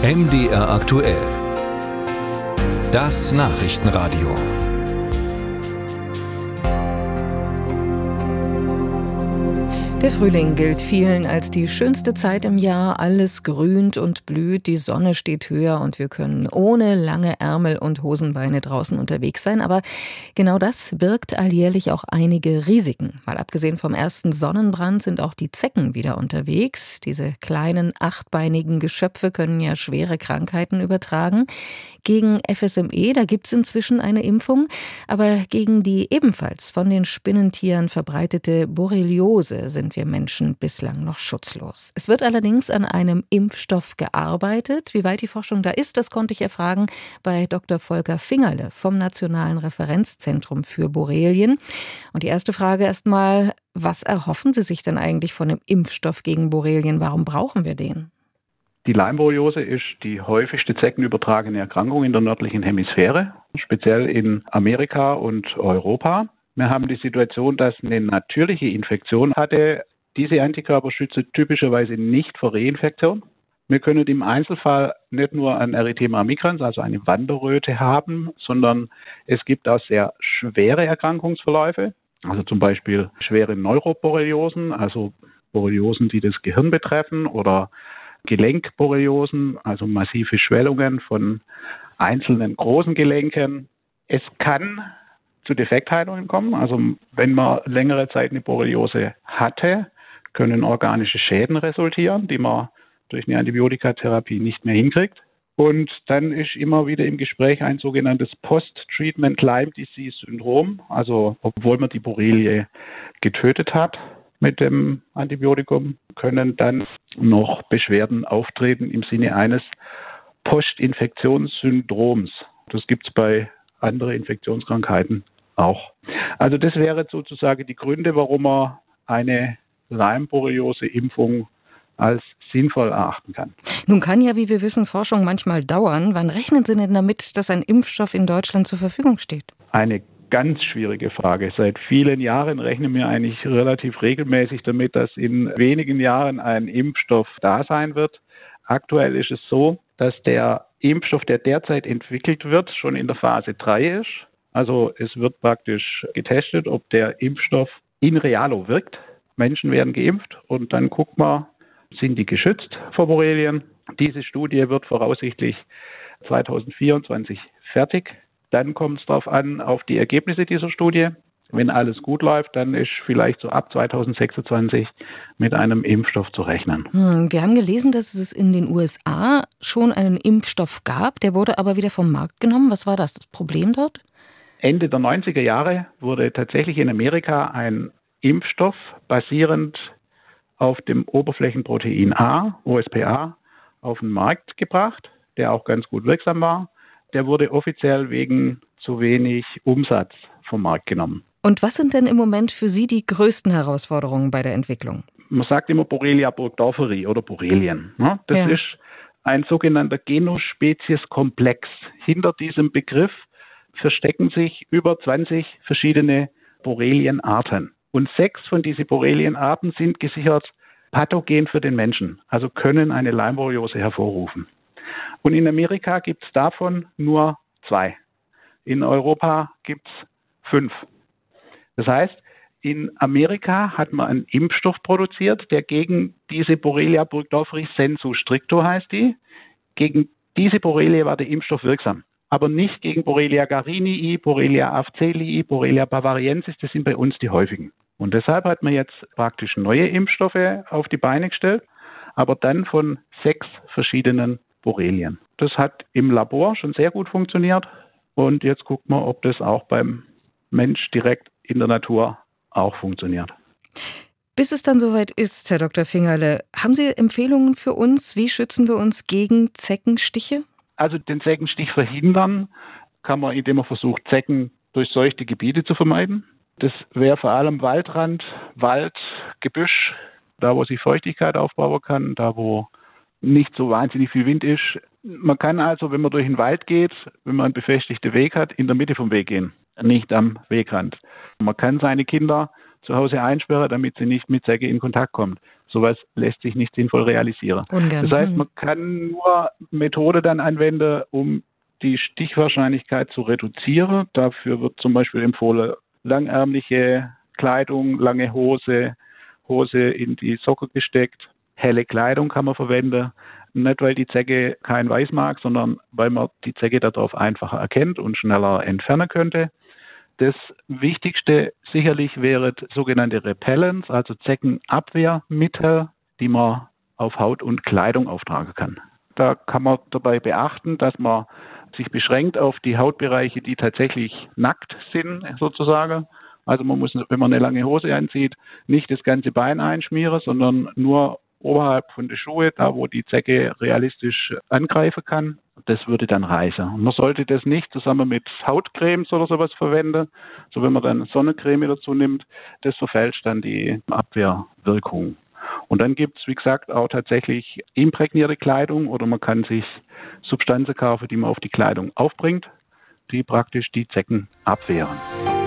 MDR aktuell. Das Nachrichtenradio. Der Frühling gilt vielen als die schönste Zeit im Jahr. Alles grünt und blüht, die Sonne steht höher und wir können ohne lange Ärmel und Hosenbeine draußen unterwegs sein. Aber genau das birgt alljährlich auch einige Risiken. Mal abgesehen vom ersten Sonnenbrand sind auch die Zecken wieder unterwegs. Diese kleinen, achtbeinigen Geschöpfe können ja schwere Krankheiten übertragen. Gegen FSME, da gibt es inzwischen eine Impfung. Aber gegen die ebenfalls von den Spinnentieren verbreitete Borreliose sind wir Menschen bislang noch schutzlos. Es wird allerdings an einem Impfstoff gearbeitet. Wie weit die Forschung da ist, das konnte ich erfragen bei Dr. Volker Fingerle vom Nationalen Referenzzentrum für Borrelien. Und die erste Frage erstmal, was erhoffen Sie sich denn eigentlich von dem Impfstoff gegen Borrelien? Warum brauchen wir den? Die Lyme-Borreliose ist die häufigste zeckenübertragene Erkrankung in der nördlichen Hemisphäre, speziell in Amerika und Europa. Wir haben die Situation, dass eine natürliche Infektion hatte. Diese Antikörper schützen typischerweise nicht vor Reinfektion. Wir können im Einzelfall nicht nur ein Erythema migrans, also eine Wanderröte haben, sondern es gibt auch sehr schwere Erkrankungsverläufe, also zum Beispiel schwere Neuroborreliosen, also Borreliosen, die das Gehirn betreffen, oder Gelenkborreliosen, also massive Schwellungen von einzelnen großen Gelenken. Es kann zu Defektheilungen kommen. Also wenn man längere Zeit eine Borreliose hatte, können organische Schäden resultieren, die man durch eine Antibiotikatherapie nicht mehr hinkriegt. Und dann ist immer wieder im Gespräch ein sogenanntes Post-Treatment Lyme Disease Syndrom. Also obwohl man die Borrelie getötet hat mit dem Antibiotikum, können dann noch Beschwerden auftreten im Sinne eines Postinfektionssyndroms. Das gibt es bei anderen Infektionskrankheiten auch. Also das wäre sozusagen die Gründe, warum man eine Lyme-Borreliose-Impfung als sinnvoll erachten kann. Nun kann ja, wie wir wissen, Forschung manchmal dauern. Wann rechnen Sie denn damit, dass ein Impfstoff in Deutschland zur Verfügung steht? Eine ganz schwierige Frage. Seit vielen Jahren rechnen wir eigentlich relativ regelmäßig damit, dass in wenigen Jahren ein Impfstoff da sein wird. Aktuell ist es so, dass der Impfstoff, der derzeit entwickelt wird, schon in der Phase 3 ist. Also es wird praktisch getestet, ob der Impfstoff in realo wirkt. Menschen werden geimpft und dann guckt man, sind die geschützt vor Borrelien. Diese Studie wird voraussichtlich 2024 fertig. Dann kommt es darauf an, auf die Ergebnisse dieser Studie. Wenn alles gut läuft, dann ist vielleicht so ab 2026 mit einem Impfstoff zu rechnen. Wir haben gelesen, dass es in den USA schon einen Impfstoff gab. Der wurde aber wieder vom Markt genommen. Was war das Problem dort? Ende der 90er Jahre wurde tatsächlich in Amerika ein Impfstoff basierend auf dem Oberflächenprotein A, OSPA, auf den Markt gebracht, der auch ganz gut wirksam war. Der wurde offiziell wegen zu wenig Umsatz vom Markt genommen. Und was sind denn im Moment für Sie die größten Herausforderungen bei der Entwicklung? Man sagt immer Borrelia burgdorferi oder Borrelien. Das ist ein sogenannter Genus-Spezies-Komplex. Hinter diesem Begriff verstecken sich über 20 verschiedene Borrelienarten. Und 6 von diesen Borrelienarten sind gesichert pathogen für den Menschen, also können eine Lyme-Borreliose hervorrufen. Und in Amerika gibt es davon nur 2. In Europa gibt es 5. Das heißt, in Amerika hat man einen Impfstoff produziert, der gegen diese Borrelia burgdorferi sensu stricto heißt die. Gegen diese Borrelie war der Impfstoff wirksam, aber nicht gegen Borrelia garinii, Borrelia afzelii, Borrelia bavariensis, das sind bei uns die häufigen. Und deshalb hat man jetzt praktisch neue Impfstoffe auf die Beine gestellt, aber dann von 6 verschiedenen Borrelien. Das hat im Labor schon sehr gut funktioniert und jetzt guckt man, ob das auch beim Mensch direkt in der Natur auch funktioniert. Bis es dann soweit ist, Herr Dr. Fingerle, haben Sie Empfehlungen für uns? Wie schützen wir uns gegen Zeckenstiche? Also den Zeckenstich verhindern kann man, indem man versucht, Zecken durchseuchte Gebiete zu vermeiden. Das wäre vor allem Waldrand, Wald, Gebüsch, da wo sich Feuchtigkeit aufbauen kann, da wo nicht so wahnsinnig viel Wind ist. Man kann also, wenn man durch den Wald geht, wenn man einen befestigten Weg hat, in der Mitte vom Weg gehen, nicht am Wegrand. Man kann seine Kinder zu Hause einsperren, damit sie nicht mit Zecke in Kontakt kommen. Sowas lässt sich nicht sinnvoll realisieren. Ungern. Das heißt, man kann nur Methode dann anwenden, um die Stichwahrscheinlichkeit zu reduzieren. Dafür wird zum Beispiel empfohlen, langärmliche Kleidung, lange Hose in die Socke gesteckt. Helle Kleidung kann man verwenden. Nicht, weil die Zecke kein Weiß mag, sondern weil man die Zecke darauf einfacher erkennt und schneller entfernen könnte. Das Wichtigste sicherlich wäre sogenannte Repellents, also Zeckenabwehrmittel, die man auf Haut und Kleidung auftragen kann. Da kann man dabei beachten, dass man sich beschränkt auf die Hautbereiche, die tatsächlich nackt sind, sozusagen. Also man muss, wenn man eine lange Hose anzieht, nicht das ganze Bein einschmieren, sondern nur oberhalb von den Schuhe, da wo die Zecke realistisch angreifen kann. Das würde dann reichen. Und man sollte das nicht zusammen mit Hautcremes oder sowas verwenden. So wenn man dann Sonnencreme dazu nimmt, das verfälscht dann die Abwehrwirkung. Und dann gibt es, wie gesagt, auch tatsächlich imprägnierte Kleidung oder man kann sich Substanzen kaufen, die man auf die Kleidung aufbringt, die praktisch die Zecken abwehren.